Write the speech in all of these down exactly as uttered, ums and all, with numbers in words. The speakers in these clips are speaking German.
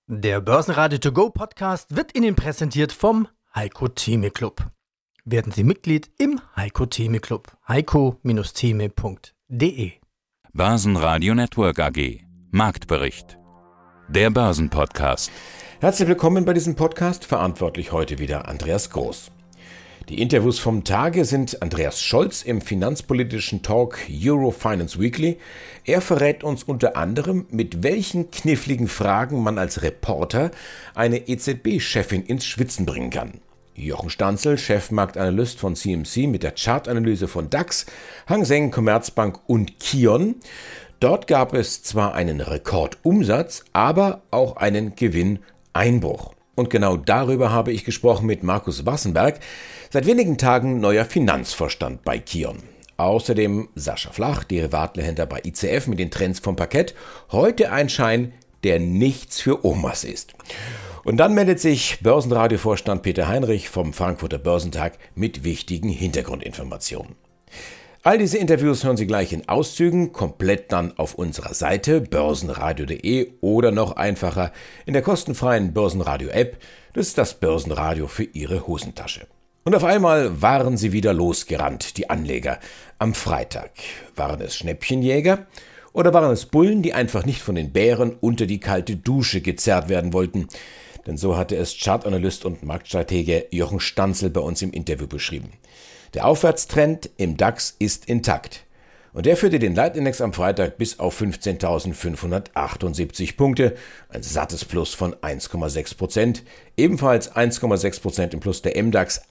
Der Börsenradio To Go Podcast wird Ihnen präsentiert vom Heiko Theme Club. Werden Sie Mitglied im Heiko Theme Club. heiko Theme punkt de. Börsenradio Network A G. Marktbericht. Der Börsenpodcast. Herzlich willkommen bei diesem Podcast. Verantwortlich heute wieder Andreas Groß. Die Interviews vom Tage sind Andreas Scholz im finanzpolitischen Talk Euro Finance Weekly. Er verrät uns unter anderem, mit welchen kniffligen Fragen man als Reporter eine E Z B-Chefin ins Schwitzen bringen kann. Jochen Stanzel, Chefmarktanalyst von C M C mit der Chartanalyse von DAX, Hang Seng, Commerzbank und Kion. Dort gab es zwar einen Rekordumsatz, aber auch einen Gewinneinbruch. Und genau darüber habe ich gesprochen mit Markus Wassenberg, seit wenigen Tagen neuer Finanzvorstand bei Kion. Außerdem Sascha Flach, Derivatlehändler bei I C F mit den Trends vom Parkett. Heute ein Schein, der nichts für Omas ist. Und dann meldet sich Börsenradiovorstand Peter Heinrich vom Frankfurter Börsentag mit wichtigen Hintergrundinformationen. All diese Interviews hören Sie gleich in Auszügen, komplett dann auf unserer Seite börsenradio punkt de oder noch einfacher in der kostenfreien Börsenradio-App. Das ist das Börsenradio für Ihre Hosentasche. Und auf einmal waren sie wieder losgerannt, die Anleger. Am Freitag waren es Schnäppchenjäger oder waren es Bullen, die einfach nicht von den Bären unter die kalte Dusche gezerrt werden wollten. Denn so hatte es Chartanalyst und Marktstratege Jochen Stanzel bei uns im Interview beschrieben. Der Aufwärtstrend im DAX ist intakt. Und der führte den Leitindex am Freitag bis auf fünfzehntausendfünfhundertachtundsiebzig Punkte, ein sattes Plus von eins Komma sechs Prozent, ebenfalls eins Komma sechs Prozent im Plus der M DAX,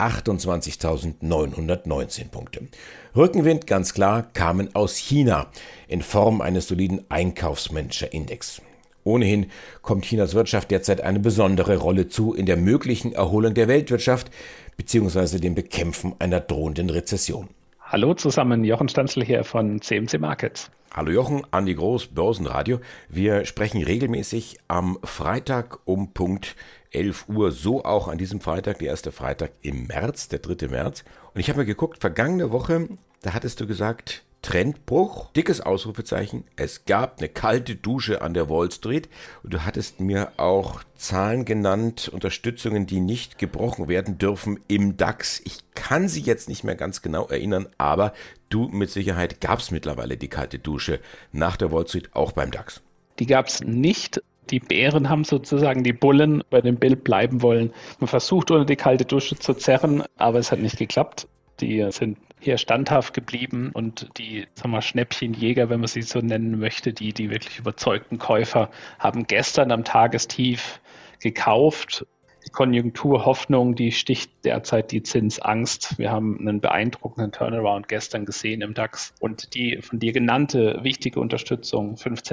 achtundzwanzigtausendneunhundertneunzehn Punkte. Rückenwind, ganz klar, kamen aus China in Form eines soliden Einkaufsmanager-Index. Ohnehin kommt Chinas Wirtschaft derzeit eine besondere Rolle zu in der möglichen Erholung der Weltwirtschaft bzw. dem Bekämpfen einer drohenden Rezession. Hallo zusammen, Jochen Stanzel hier von C M C Markets. Hallo Jochen, Andi Groß, Börsenradio. Wir sprechen regelmäßig am Freitag um Punkt elf Uhr, so auch an diesem Freitag, der erste Freitag im März, der dritte März. Und ich habe mir geguckt, vergangene Woche, da hattest du gesagt, Trendbruch, dickes Ausrufezeichen, es gab eine kalte Dusche an der Wall Street und du hattest mir auch Zahlen genannt, Unterstützungen, die nicht gebrochen werden dürfen im DAX. Ich kann sie jetzt nicht mehr ganz genau erinnern, aber du, mit Sicherheit gab es mittlerweile die kalte Dusche nach der Wall Street auch beim DAX. Die gab es nicht. Die Bären haben sozusagen die Bullen bei dem Bild bleiben wollen. Man versucht unter die kalte Dusche zu zerren, aber es hat nicht geklappt. Die sind hier standhaft geblieben und die, sagen wir, Schnäppchenjäger, wenn man sie so nennen möchte, die, die wirklich überzeugten Käufer, haben gestern am Tagestief gekauft. Die Konjunkturhoffnung, die sticht derzeit die Zinsangst. Wir haben einen beeindruckenden Turnaround gestern gesehen im DAX und die von dir genannte wichtige Unterstützung,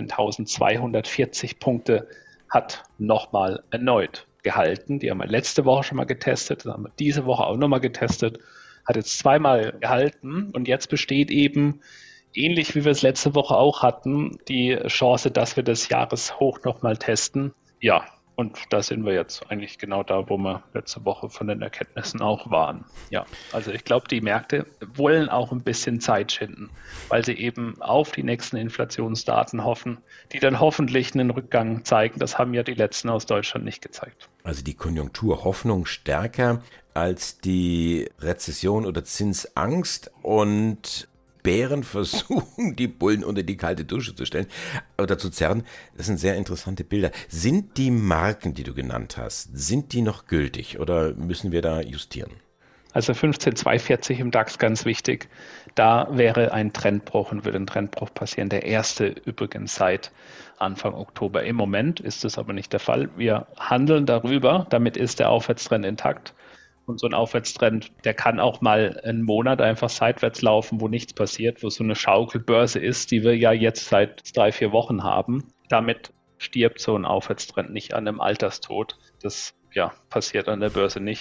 fünfzehntausendzweihundertvierzig Punkte, hat nochmal erneut gehalten. Die haben wir letzte Woche schon mal getestet, das haben wir diese Woche auch nochmal getestet. Hat jetzt zweimal gehalten und jetzt besteht eben, ähnlich wie wir es letzte Woche auch hatten, die Chance, dass wir das Jahreshoch nochmal testen. Ja, und da sind wir jetzt eigentlich genau da, wo wir letzte Woche von den Erkenntnissen auch waren. Ja, also ich glaube, die Märkte wollen auch ein bisschen Zeit schinden, weil sie eben auf die nächsten Inflationsdaten hoffen, die dann hoffentlich einen Rückgang zeigen. Das haben ja die letzten aus Deutschland nicht gezeigt. Also die Konjunkturhoffnung stärker als die Rezession oder Zinsangst und Bären versuchen, die Bullen unter die kalte Dusche zu stellen oder zu zerren. Das sind sehr interessante Bilder. Sind die Marken, die du genannt hast, sind die noch gültig oder müssen wir da justieren? Also fünfzehntausendzweihundertvierzig im DAX, ganz wichtig. Da wäre ein Trendbruch und würde ein Trendbruch passieren. Der erste übrigens seit Anfang Oktober. Im Moment ist das aber nicht der Fall. Wir handeln darüber. Damit ist der Aufwärtstrend intakt. Und so ein Aufwärtstrend, der kann auch mal einen Monat einfach seitwärts laufen, wo nichts passiert, wo so eine Schaukelbörse ist, die wir ja jetzt seit drei, vier Wochen haben. Damit stirbt so ein Aufwärtstrend nicht an einem Alterstod. Das ja, passiert an der Börse nicht.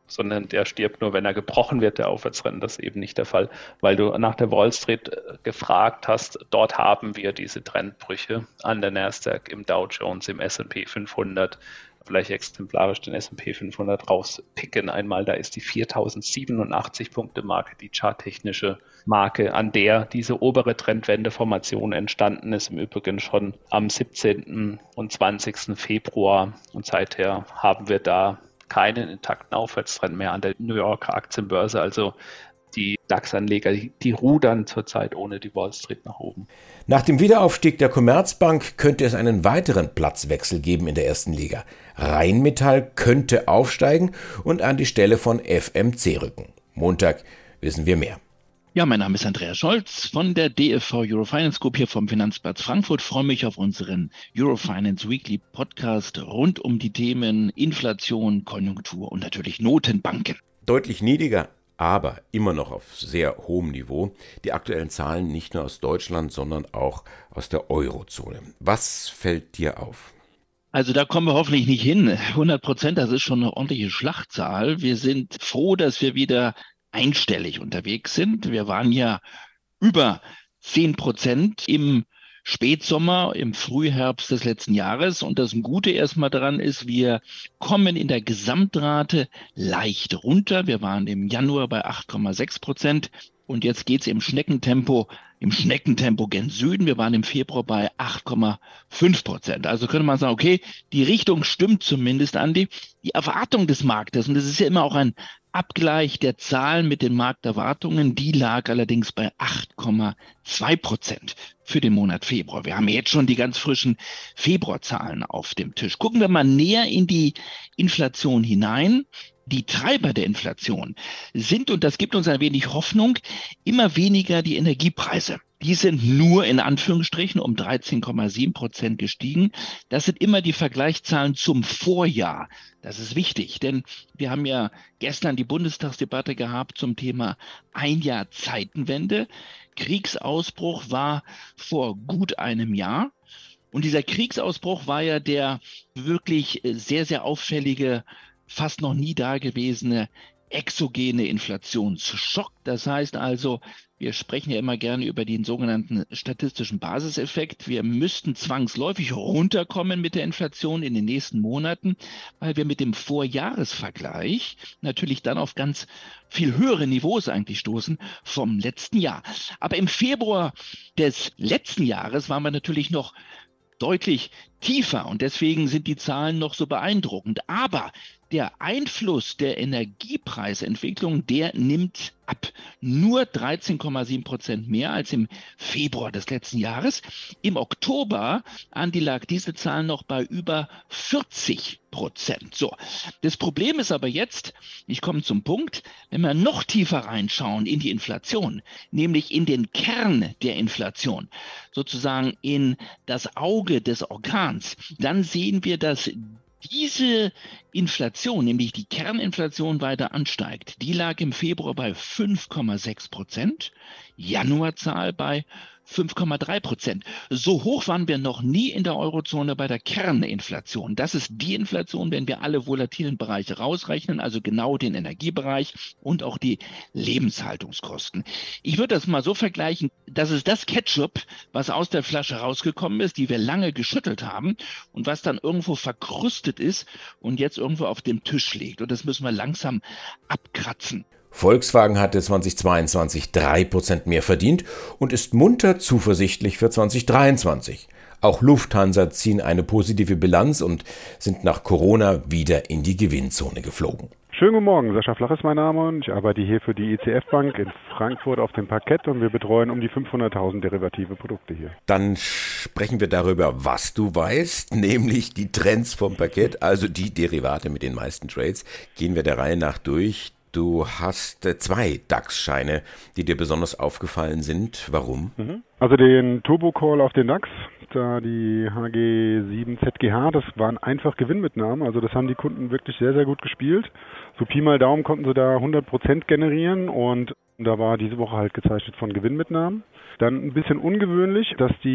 sondern der stirbt nur, wenn er gebrochen wird, der Aufwärtstrend. Das ist eben nicht der Fall, weil du nach der Wall Street gefragt hast. Dort haben wir diese Trendbrüche an der Nasdaq, im Dow Jones, im S und P fünfhundert. Vielleicht exemplarisch den S und P fünfhundert rauspicken einmal. Da ist die viertausendsiebenundachtzig Punkte Marke, die charttechnische Marke, an der diese obere Trendwendeformation entstanden ist. Im Übrigen schon am siebzehnten und zwanzigsten Februar. Und seither haben wir da keinen intakten Aufwärtstrend mehr an der New Yorker Aktienbörse. Also die DAX-Anleger, die rudern zurzeit ohne die Wall Street nach oben. Nach dem Wiederaufstieg der Commerzbank könnte es einen weiteren Platzwechsel geben in der ersten Liga. Rheinmetall könnte aufsteigen und an die Stelle von F M C rücken. Montag wissen wir mehr. Ja, mein Name ist Andreas Scholz von der D F V Eurofinance Group hier vom Finanzplatz Frankfurt. Ich freue mich auf unseren Eurofinance Weekly Podcast rund um die Themen Inflation, Konjunktur und natürlich Notenbanken. Deutlich niedriger, aber immer noch auf sehr hohem Niveau. Die aktuellen Zahlen nicht nur aus Deutschland, sondern auch aus der Eurozone. Was fällt dir auf? Also da kommen wir hoffentlich nicht hin. hundert Prozent, das ist schon eine ordentliche Schlachtzahl. Wir sind froh, dass wir wieder einstellig unterwegs sind. Wir waren ja über zehn Prozent im Spätsommer, im Frühherbst des letzten Jahres. Und das Gute erstmal daran ist, wir kommen in der Gesamtrate leicht runter. Wir waren im Januar bei acht Komma sechs Prozent. Und jetzt geht es im Schneckentempo, im Schneckentempo gen Süden. Wir waren im Februar bei acht Komma fünf Prozent. Also könnte man sagen, okay, die Richtung stimmt zumindest, Andi. Die Erwartung des Marktes, und das ist ja immer auch ein Abgleich der Zahlen mit den Markterwartungen, die lag allerdings bei acht Komma zwei Prozent für den Monat Februar. Wir haben jetzt schon die ganz frischen Februarzahlen auf dem Tisch. Gucken wir mal näher in die Inflation hinein. Die Treiber der Inflation sind, und das gibt uns ein wenig Hoffnung, immer weniger die Energiepreise. Die sind nur in Anführungsstrichen um dreizehn Komma sieben Prozent gestiegen. Das sind immer die Vergleichszahlen zum Vorjahr. Das ist wichtig, denn wir haben ja gestern die Bundestagsdebatte gehabt zum Thema ein Jahr Zeitenwende. Kriegsausbruch war vor gut einem Jahr. Und dieser Kriegsausbruch war ja der wirklich sehr, sehr auffällige, fast noch nie dagewesene exogene Inflationsschock. Das heißt also, wir sprechen ja immer gerne über den sogenannten statistischen Basiseffekt. Wir müssten zwangsläufig runterkommen mit der Inflation in den nächsten Monaten, weil wir mit dem Vorjahresvergleich natürlich dann auf ganz viel höhere Niveaus eigentlich stoßen vom letzten Jahr. Aber im Februar des letzten Jahres waren wir natürlich noch deutlich tiefer und deswegen sind die Zahlen noch so beeindruckend. Aber der Einfluss der Energiepreisentwicklung, der nimmt ab. Nur dreizehn Komma sieben Prozent mehr als im Februar des letzten Jahres. Im Oktober, Andi, lag diese Zahl noch bei über vierzig Prozent. So, das Problem ist aber jetzt, ich komme zum Punkt, wenn wir noch tiefer reinschauen in die Inflation, nämlich in den Kern der Inflation, sozusagen in das Auge des Orkans, dann sehen wir, dass diese Inflation, nämlich die Kerninflation, weiter ansteigt. Die lag im Februar bei fünf Komma sechs Prozent, Januarzahl bei fünf Komma drei Prozent. So hoch waren wir noch nie in der Eurozone bei der Kerninflation. Das ist die Inflation, wenn wir alle volatilen Bereiche rausrechnen, also genau den Energiebereich und auch die Lebenshaltungskosten. Ich würde das mal so vergleichen, das ist das Ketchup, was aus der Flasche rausgekommen ist, die wir lange geschüttelt haben und was dann irgendwo verkrustet ist und jetzt irgendwo auf dem Tisch liegt. Und das müssen wir langsam abkratzen. Volkswagen hatte zweitausendzweiundzwanzig drei Prozent mehr verdient und ist munter zuversichtlich für zweitausenddreiundzwanzig. Auch Lufthansa ziehen eine positive Bilanz und sind nach Corona wieder in die Gewinnzone geflogen. Schönen guten Morgen, Sascha Flach ist mein Name und ich arbeite hier für die I C F Bank in Frankfurt auf dem Parkett und wir betreuen um die fünfhunderttausend derivative Produkte hier. Dann sprechen wir darüber, was du weißt, nämlich die Trends vom Parkett, also die Derivate mit den meisten Trades. Gehen wir der Reihe nach durch. Du hast zwei DAX-Scheine, die dir besonders aufgefallen sind. Warum? Also den Turbo-Call auf den DAX, da die H G sieben Z G H, das waren einfach Gewinnmitnahmen. Also das haben die Kunden wirklich sehr, sehr gut gespielt. So Pi mal Daumen konnten sie da hundert Prozent generieren und da war diese Woche halt gezeichnet von Gewinnmitnahmen. Dann ein bisschen ungewöhnlich, dass die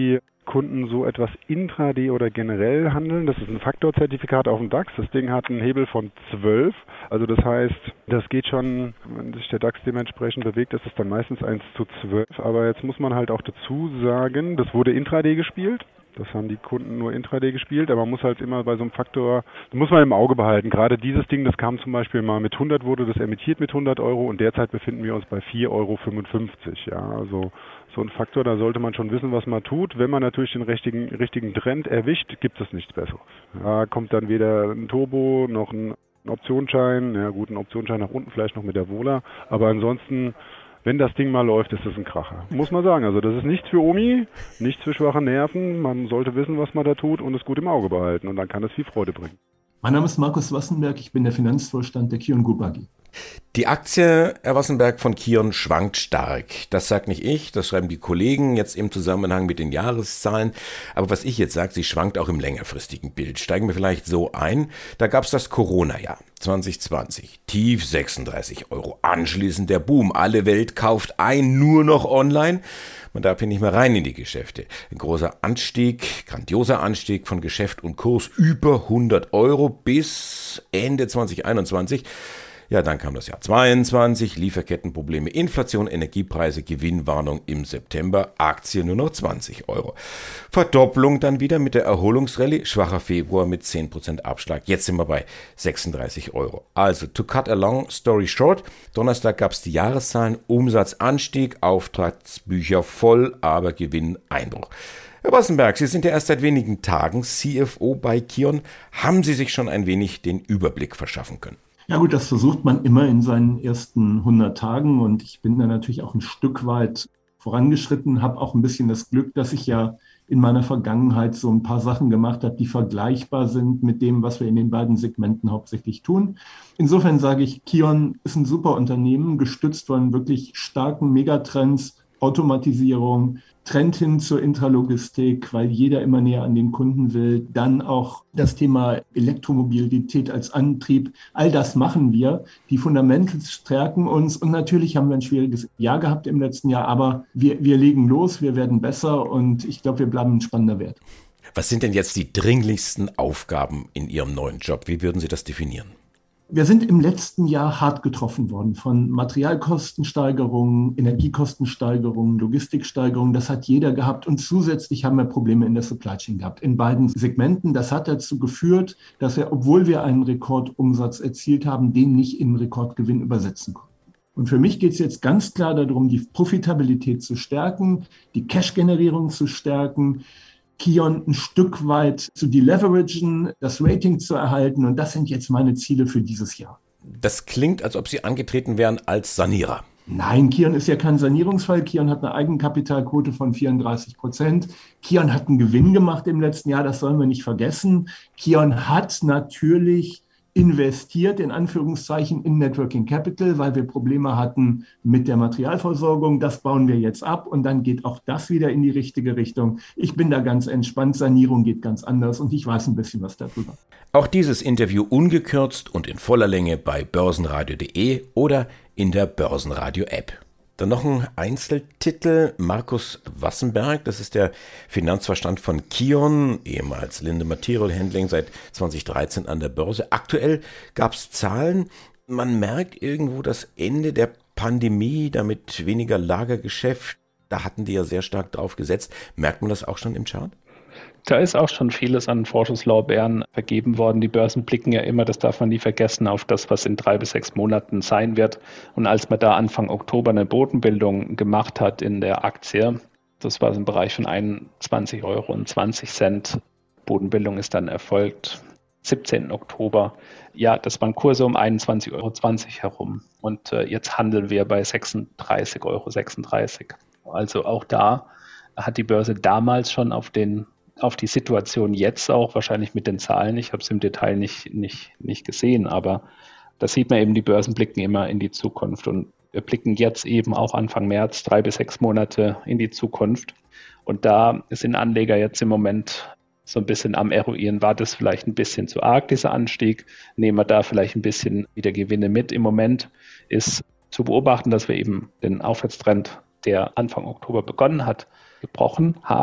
Kunden so etwas intraday oder generell handeln. Das ist ein Faktorzertifikat auf dem DAX. Das Ding hat einen Hebel von zwölf. Also das heißt, das geht schon, wenn sich der DAX dementsprechend bewegt, ist es dann meistens eins zu zwölf. Aber jetzt muss man halt auch dazu sagen, das wurde intraday gespielt. Das haben die Kunden nur intraday gespielt, aber man muss halt immer bei so einem Faktor, das muss man im Auge behalten. Gerade dieses Ding, das kam zum Beispiel mal mit hundert, wurde das emittiert mit hundert Euro und derzeit befinden wir uns bei vier Euro fünfundfünfzig. Ja, also so ein Faktor, da sollte man schon wissen, was man tut. Wenn man natürlich den richtigen, richtigen Trend erwischt, gibt es nichts Besseres. Da kommt dann weder ein Turbo noch ein Optionsschein, ja gut, ein Optionsschein nach unten vielleicht noch mit der Vola, aber ansonsten, wenn das Ding mal läuft, ist das ein Kracher. Muss man sagen, also das ist nichts für Omi, nichts für schwache Nerven. Man sollte wissen, was man da tut und es gut im Auge behalten und dann kann es viel Freude bringen. Mein Name ist Markus Wassenberg, ich bin der Finanzvorstand der Kion Group A G. Die Aktie, Herr Wassenberg, von Kion schwankt stark. Das sagt nicht ich, das schreiben die Kollegen jetzt im Zusammenhang mit den Jahreszahlen. Aber was ich jetzt sage, sie schwankt auch im längerfristigen Bild. Steigen wir vielleicht so ein. Da gab es das Corona-Jahr zwanzig zwanzig. Tief sechsunddreißig Euro. Anschließend der Boom. Alle Welt kauft ein, nur noch online. Man darf hier nicht mehr rein in die Geschäfte. Ein großer Anstieg, grandioser Anstieg von Geschäft und Kurs über hundert Euro bis Ende zwanzig einundzwanzig. Ja, dann kam das Jahr zweiundzwanzig, Lieferkettenprobleme, Inflation, Energiepreise, Gewinnwarnung im September, Aktie nur noch zwanzig Euro. Verdopplung dann wieder mit der Erholungsrallye, schwacher Februar mit zehn Prozent Abschlag. Jetzt sind wir bei sechsunddreißig Euro. Also, to cut a long story short, Donnerstag gab es die Jahreszahlen, Umsatzanstieg, Auftragsbücher voll, aber Gewinneinbruch. Herr Wassenberg, Sie sind ja erst seit wenigen Tagen C F O bei Kion. Haben Sie sich schon ein wenig den Überblick verschaffen können? Ja gut, das versucht man immer in seinen ersten hundert Tagen und ich bin da natürlich auch ein Stück weit vorangeschritten, habe auch ein bisschen das Glück, dass ich ja in meiner Vergangenheit so ein paar Sachen gemacht habe, die vergleichbar sind mit dem, was wir in den beiden Segmenten hauptsächlich tun. Insofern sage ich, Kion ist ein super Unternehmen, gestützt von wirklich starken Megatrends, Automatisierung, Trend hin zur Intralogistik, weil jeder immer näher an den Kunden will. Dann auch das Thema Elektromobilität als Antrieb. All das machen wir. Die Fundamentals stärken uns und natürlich haben wir ein schwieriges Jahr gehabt im letzten Jahr, aber wir, wir legen los, wir werden besser und ich glaube, wir bleiben ein spannender Wert. Was sind denn jetzt die dringlichsten Aufgaben in Ihrem neuen Job? Wie würden Sie das definieren? Wir sind im letzten Jahr hart getroffen worden von Materialkostensteigerungen, Energiekostensteigerungen, Logistiksteigerungen. Das hat jeder gehabt und zusätzlich haben wir Probleme in der Supply Chain gehabt, in beiden Segmenten. Das hat dazu geführt, dass wir, obwohl wir einen Rekordumsatz erzielt haben, den nicht in Rekordgewinn übersetzen konnten. Und für mich geht es jetzt ganz klar darum, die Profitabilität zu stärken, die Cash-Generierung zu stärken, Kion ein Stück weit zu deleveragen, das Rating zu erhalten. Und das sind jetzt meine Ziele für dieses Jahr. Das klingt, als ob Sie angetreten wären als Sanierer. Nein, Kion ist ja kein Sanierungsfall. Kion hat eine Eigenkapitalquote von vierunddreißig Prozent. Kion hat einen Gewinn gemacht im letzten Jahr, das sollen wir nicht vergessen. Kion hat natürlich investiert, in Anführungszeichen, in Net Working Capital, weil wir Probleme hatten mit der Materialversorgung. Das bauen wir jetzt ab und dann geht auch das wieder in die richtige Richtung. Ich bin da ganz entspannt. Sanierung geht ganz anders und ich weiß ein bisschen was darüber. Auch dieses Interview ungekürzt und in voller Länge bei börsenradio punkt de oder in der Börsenradio-App. Dann noch ein Einzeltitel, Markus Wassenberg, das ist der Finanzvorstand von Kion, ehemals Linde Material Handling, seit zwanzig dreizehn an der Börse. Aktuell gab es Zahlen, man merkt irgendwo das Ende der Pandemie, damit weniger Lagergeschäft, da hatten die ja sehr stark drauf gesetzt. Merkt man das auch schon im Chart? Da ist auch schon vieles an Vorschusslorbeeren vergeben worden. Die Börsen blicken ja immer, das darf man nie vergessen, auf das, was in drei bis sechs Monaten sein wird. Und als man da Anfang Oktober eine Bodenbildung gemacht hat in der Aktie, das war so im Bereich von einundzwanzig Euro und zwanzig Cent. Bodenbildung ist dann erfolgt siebzehnten Oktober. Ja, das waren Kurse um einundzwanzig Euro zwanzig herum. Und äh, jetzt handeln wir bei sechsunddreißig Euro sechsunddreißig. Also auch da hat die Börse damals schon auf den auf die Situation jetzt auch, wahrscheinlich mit den Zahlen, ich habe es im Detail nicht, nicht, nicht gesehen, aber da sieht man eben, die Börsen blicken immer in die Zukunft und wir blicken jetzt eben auch Anfang März, drei bis sechs Monate in die Zukunft und da sind Anleger jetzt im Moment so ein bisschen am Eruieren, war das vielleicht ein bisschen zu arg, dieser Anstieg, nehmen wir da vielleicht ein bisschen wieder Gewinne mit. Im Moment ist zu beobachten, dass wir eben den Aufwärtstrend, der Anfang Oktober begonnen hat, gebrochen haben.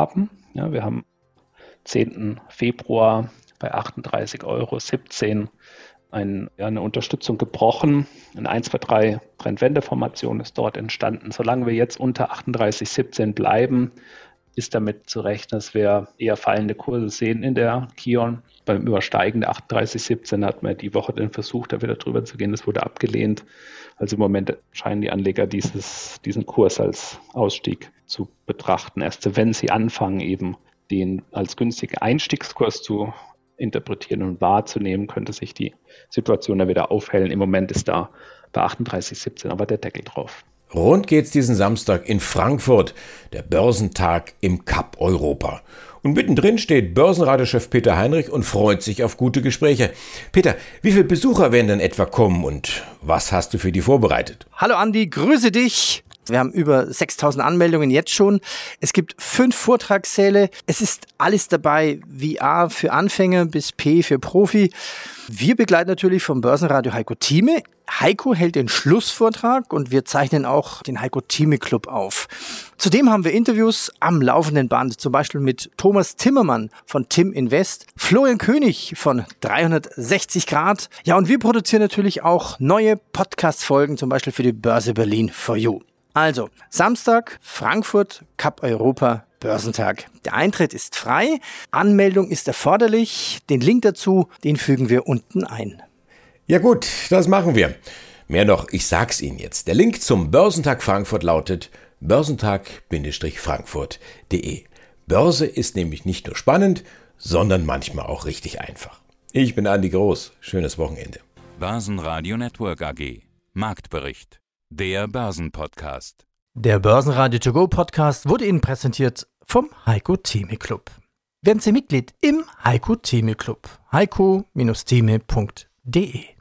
Ja, wir haben zehnten Februar bei achtunddreißig Euro siebzehn ein, ja, eine Unterstützung gebrochen. Eine eins zwei drei Trendwende-Formation ist dort entstanden. Solange wir jetzt unter achtunddreißig siebzehn bleiben, ist damit zu rechnen, dass wir eher fallende Kurse sehen in der Kion. Beim Übersteigen der achtunddreißig siebzehn hat man die Woche den Versuch, da wieder drüber zu gehen. Das wurde abgelehnt. Also im Moment scheinen die Anleger dieses, diesen Kurs als Ausstieg zu betrachten. Erst wenn sie anfangen, eben den als günstigen Einstiegskurs zu interpretieren und wahrzunehmen, könnte sich die Situation dann wieder aufhellen. Im Moment ist da bei achtunddreißig siebzehn aber der Deckel drauf. Rund geht's diesen Samstag in Frankfurt, der Börsentag im Cup Europa. Und mittendrin steht Börsenradiochef Peter Heinrich und freut sich auf gute Gespräche. Peter, wie viele Besucher werden denn etwa kommen und was hast du für die vorbereitet? Hallo Andi, grüße dich. Wir haben über sechstausend Anmeldungen jetzt schon. Es gibt fünf Vortragssäle. Es ist alles dabei, V R für Anfänger bis P für Profi. Wir begleiten natürlich vom Börsenradio Heiko Thieme. Heiko hält den Schlussvortrag und wir zeichnen auch den Heiko Thieme Club auf. Zudem haben wir Interviews am laufenden Band, zum Beispiel mit Thomas Timmermann von Tim Invest, Florian König von dreihundertsechzig Grad. Ja, und wir produzieren natürlich auch neue Podcast-Folgen, zum Beispiel für die Börse Berlin for You. Also, Samstag, Frankfurt, Cup Europa, Börsentag. Der Eintritt ist frei, Anmeldung ist erforderlich. Den Link dazu, den fügen wir unten ein. Ja gut, das machen wir. Mehr noch, ich sag's Ihnen jetzt. Der Link zum Börsentag Frankfurt lautet börsentag Frankfurt punkt de. Börse ist nämlich nicht nur spannend, sondern manchmal auch richtig einfach. Ich bin Andi Groß. Schönes Wochenende. Börsenradio Network A G. Marktbericht. Der Börsenpodcast. Der Börsenradio To Go Podcast wurde Ihnen präsentiert vom Heiko Thieme Club. Werden Sie Mitglied im Heiko Thieme Club. heiko Bindestrich thieme punkt de